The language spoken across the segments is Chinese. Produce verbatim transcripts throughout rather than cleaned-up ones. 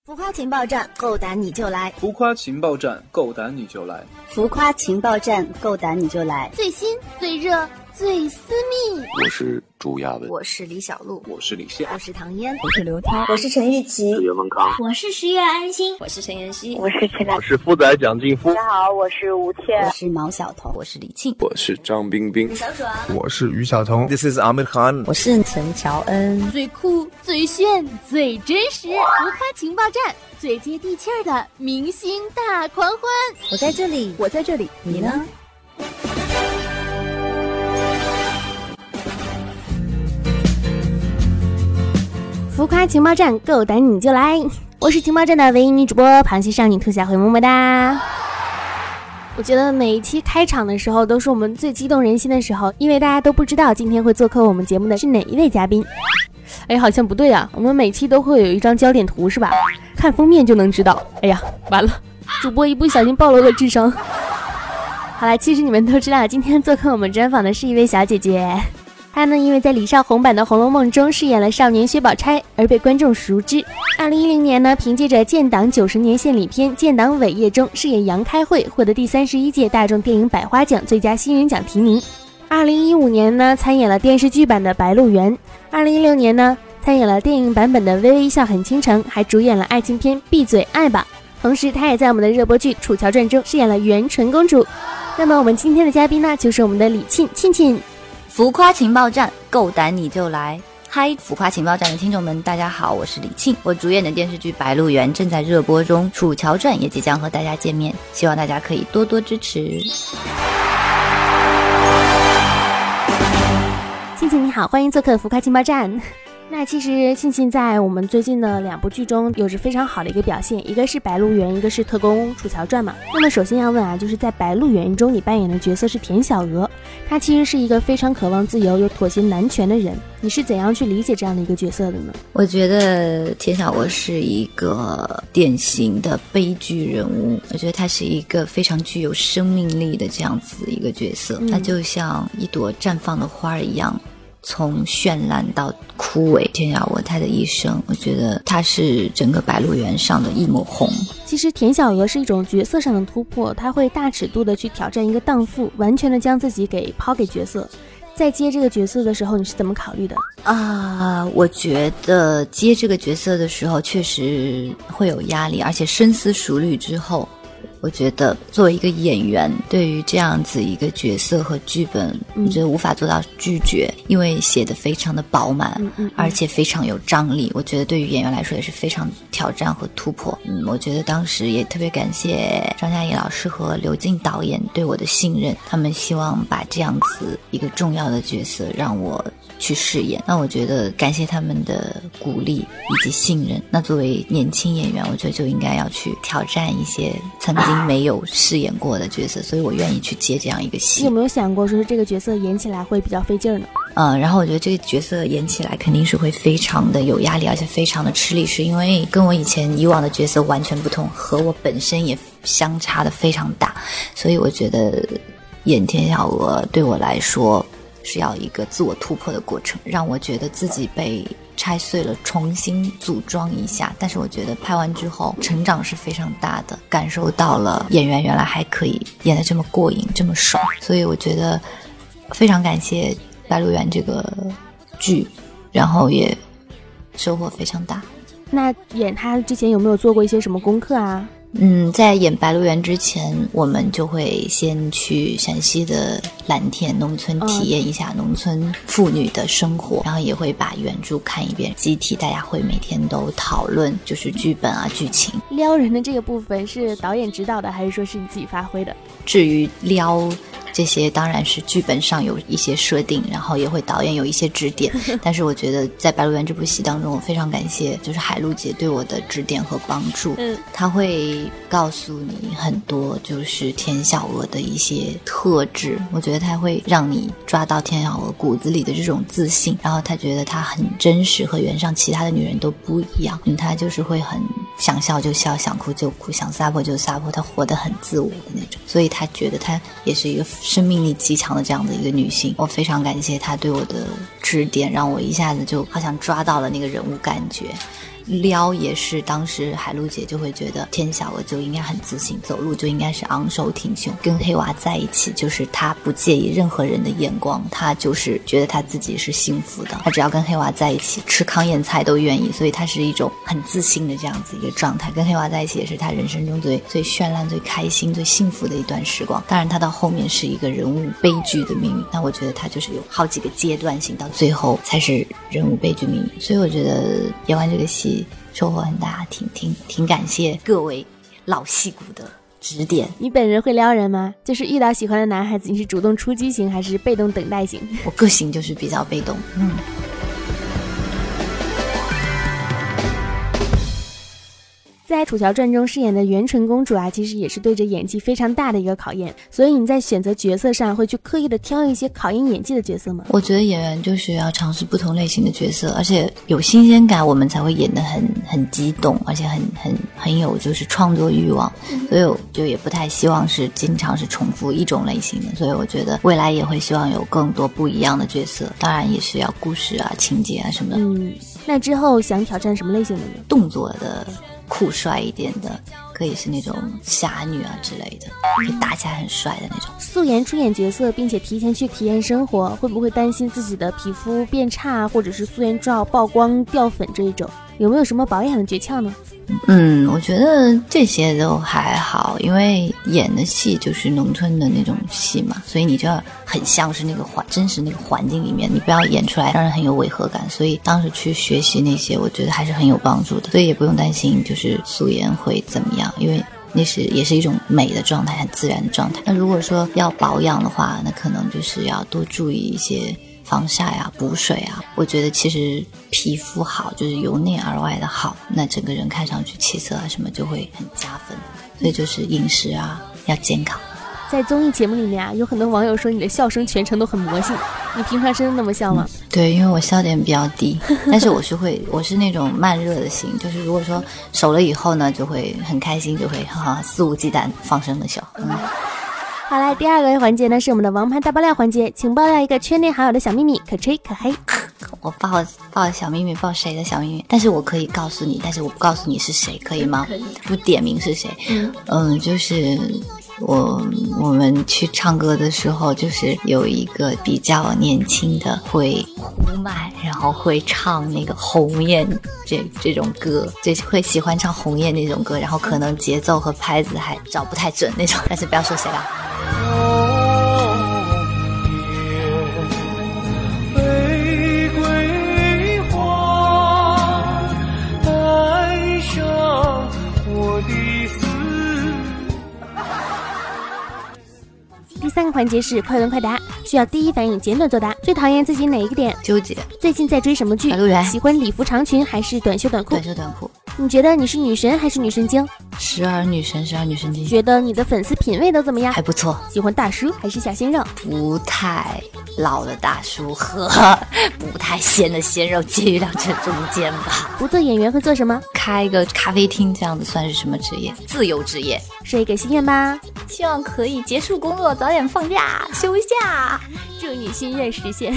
浮夸情报站，够胆你就来！ 浮夸情报站，够胆你就来！ 浮夸情报站，够胆你就来！ 最新、最热、最私密。 我是朱亚文， 我是李小璐， 我是李现， 我是唐嫣， 我是刘涛， 我是陈玉琪， 我是袁文康， 我是十月安心， 我是陈妍希， 我是陈我是富仔蒋劲夫。 大家好，我是吴倩， 我是毛晓彤， 我是李沁， 我是张冰冰， 小爽， 我是于晓彤 This is Amir Khan， 我是陈乔恩。 最酷、最炫、最真实，浮夸情报站，最接地气儿的明星大狂欢。 我在这里， 我在这里， 你呢？ 浮夸情报站，够胆你就来！我是情报站的唯一女主播螃蟹少女兔小慧，么么哒！我觉得每一期开场的时候都是我们最激动人心的时候，因为大家都不知道今天会做客我们节目的是哪一位嘉宾。哎，好像不对啊，我们每期都会有一张焦点图是吧？看封面就能知道。哎呀，完了，主播一不小心暴露了智商。好了，其实你们都知道，今天做客我们专访的是一位小姐姐。她呢，因为在李少红版的《红楼梦》中饰演了少年薛宝钗，而被观众熟知。二零一零年呢，凭借着建党九十年献礼片《建党伟业》中饰演杨开慧，获得第三十一届大众电影百花奖最佳新人奖提名。二零一五年呢，参演了电视剧版的《白鹿原》。二零一六年呢，参演了电影版本的《微微一笑很倾城》，还主演了爱情片《闭嘴爱吧》。同时，她也在我们的热播剧《楚乔传》中饰演了元纯公主。那么，我们今天的嘉宾呢，就是我们的李沁沁沁。 浮夸情报站，够胆你就来！嗨，浮夸情报站的听众们，大家好，我是李沁。我主演的电视剧《白鹿原》正在热播中，《楚乔传》也即将和大家见面，希望大家可以多多支持。 沁沁你好，欢迎做客浮夸情报站。那其实沁沁在我们最近的两部剧中有着非常好的一个表现，一个是《白鹿原》，一个是《特工楚乔传》嘛。那么首先要问啊，就是在《白鹿原》中你扮演的角色是田小娥，她其实是一个非常渴望自由又妥协男权的人，你是怎样去理解这样的一个角色的呢？ 我觉得田小娥是一个典型的悲剧人物，我觉得她是一个非常具有生命力的这样子一个角色，她、嗯、就像一朵绽放的花一样，从绚烂到枯萎。田小娥她的一生，我觉得她是整个白鹿原上的一抹红。 其实田小娥是一种角色上的突破，她会大尺度的去挑战一个荡妇，完全的将自己给抛给角色。在接这个角色的时候，你是怎么考虑的啊？我觉得接这个角色的时候确实会有压力，而且深思熟虑之后，我觉得作为一个演员，对于这样子一个角色和剧本，我觉得无法做到拒绝，因为写得非常的饱满，嗯嗯嗯，而且非常有张力。我觉得对于演员来说也是非常挑战和突破。嗯，我觉得当时也特别感谢张嘉译老师和刘静导演对我的信任，他们希望把这样子一个重要的角色让我去饰演。那我觉得感谢他们的鼓励以及信任。那作为年轻演员，我觉得就应该要去挑战一些曾经没有饰演过的角色，所以我愿意去接这样一个戏。 你有没有想过说是这个角色演起来会比较费劲儿呢？ 嗯，然后我觉得这个角色演起来肯定是会非常的有压力，而且非常的吃力，是因为跟我以前以往的角色完全不同，和我本身也相差的非常大，所以我觉得演田小娥对我来说是要一个自我突破的过程，让我觉得自己被拆碎了，重新组装一下。但是我觉得拍完之后成长是非常大的，感受到了演员原来还可以演得这么过瘾，这么爽。所以我觉得非常感谢白鹿原这个剧，然后也收获非常大。 那演他之前有没有做过一些什么功课啊？ 嗯，在演白鹿原之前，我们就会先去陕西的蓝田农村体验一下农村妇女的生活，嗯、然后也会把原著看一遍，集体大家会每天都讨论就是剧本啊剧情。 撩人的这个部分是导演指导的，还是说是你自己发挥的？ 至于撩这些当然是剧本上有一些设定，然后也会导演有一些指点但是我觉得在白鹿原这部戏当中，我非常感谢就是海璐姐对我的指点和帮助。嗯，她会告诉你很多就是田小娥的一些特质，我觉得她会让你抓到田小娥骨子里的这种自信，然后她觉得她很真实，和原上其他的女人都不一样。嗯，她就是会很想笑就笑，想哭就哭，想撒泼就撒泼，她活得很自我的那种，所以她觉得她也是一个生命力极强的这样的一个女性。我非常感谢她对我的指点，让我一下子就好像抓到了那个人物感觉。 撩也是当时海陆姐就会觉得天小娥就应该很自信，走路就应该是昂首挺胸，跟黑娃在一起就是她不介意任何人的眼光，她就是觉得她自己是幸福的，她只要跟黑娃在一起吃糠咽菜都愿意，所以她是一种很自信的这样子一个状态。跟黑娃在一起也是她人生中最最绚烂最开心最幸福的一段时光。当然她到后面是一个人物悲剧的命运，那我觉得她就是有好几个阶段性，到最后才是人物悲剧命运。所以我觉得演完这个戏收获很大，挺挺挺感谢各位老戏骨的指点。 你本人会撩人吗？就是遇到喜欢的男孩子，你是主动出击型还是被动等待型？ 我个性就是比较被动，嗯。 在《楚乔传》中饰演的元纯公主啊，其实也是对着演技非常大的一个考验，所以你在选择角色上会去刻意的挑一些考验演技的角色吗？ 我觉得演员就是要尝试不同类型的角色，而且有新鲜感，我们才会演得很很激动，而且很很很有就是创作欲望。所以我就也不太希望是经常是重复一种类型的，所以我觉得未来也会希望有更多不一样的角色，当然也是要故事啊情节啊什么的。 嗯，那之后想挑战什么类型的呢？ 动作的酷帅一点的，可以是那种侠女啊之类的，可以打起来很帅的那种。 素颜出演角色并且提前去体验生活，会不会担心自己的皮肤变差，或者是素颜照曝光掉粉这一种？有没有什么保养的诀窍呢？ 嗯，我觉得这些都还好，因为演的戏就是农村的那种戏嘛，所以你就要很像是那个环真实那个环境里面，你不要演出来让人很有违和感。所以当时去学习那些，我觉得还是很有帮助的，所以也不用担心就是素颜会怎么样，因为那是也是一种美的状态，很自然的状态。那如果说要保养的话，那可能就是要多注意一些防晒啊补水啊。我觉得其实皮肤好就是由内而外的好，那整个人看上去气色啊什么就会很加分。所以就是饮食啊要健康。 在综艺节目里面啊，有很多网友说你的笑声全程都很魔性，你平常真的那么笑吗？ 嗯、对，因为我笑点比较低，但是我是会我是那种慢热的型，就是如果说熟了以后呢就会很开心，就会哈哈肆无忌惮放声的笑。嗯， 好来，第二个环节呢是我们的王牌大爆料环节，请爆料一个圈内好友的小秘密，可吹可黑。 我爆爆小秘密，爆谁的小秘密？但是我可以告诉你，但是我不告诉你是谁，可以吗？可以，不点名是谁。嗯嗯，就是我我们去唱歌的时候，就是有一个比较年轻的会呼麦，然后会唱那个鸿雁这这种歌，就会喜欢唱鸿雁那种歌，然后可能节奏和拍子还找不太准那种，但是不要说谁啊。 第三个环节是快问快答，需要第一反应简短作答。最讨厌自己哪一个点？ 纠结。 最近在追什么剧？ 白鹿原。 喜欢礼服长裙还是短袖短裤？ 短袖短裤。 你觉得你是女神还是女神经？ 时而女神，时而女神经。 觉得你的粉丝品味都怎么样？ 还不错。 喜欢大叔还是小鲜肉？ 不太老的大叔和不太鲜的鲜肉介于两者中间吧。 不做演员会做什么？ 开一个咖啡厅，这样子算是什么职业？自由职业。 说一个心愿吧， 希望可以结束工作，早点放假休假， 祝你心愿实现。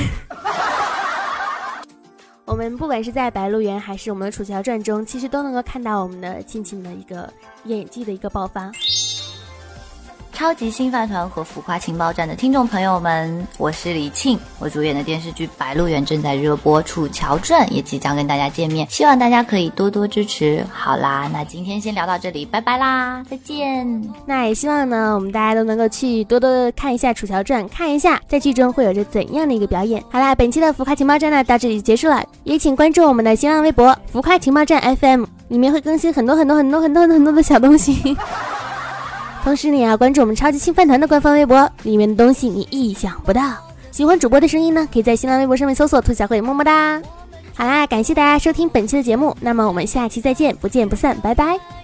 我们不管是在《白鹿原》还是我们的《楚乔传》中，其实都能够看到我们的庆庆的一个演技的一个爆发。 超级新饭团和浮夸情报站的听众朋友们，我是李沁，我主演的电视剧《白鹿原》正在热播，《楚乔传》也即将跟大家见面，希望大家可以多多支持。好啦，那今天先聊到这里，拜拜啦，再见。 那也希望呢，我们大家都能够去多多的看一下《楚乔传》，看一下在剧中会有着怎样的一个表演。好啦，本期的浮夸情报站呢到这里就结束了，也请关注我们的新浪微博浮夸情报站 F M， 里面会更新很多很多很多很多很多很多的小东西。同时你也要关注我们超级新饭团的官方微博，里面的东西你意想不到。喜欢主播的声音呢，可以在新浪微博上面搜索兔小慧，么么哒。好啦，感谢大家收听本期的节目，那么我们下期再见，不见不散，拜拜。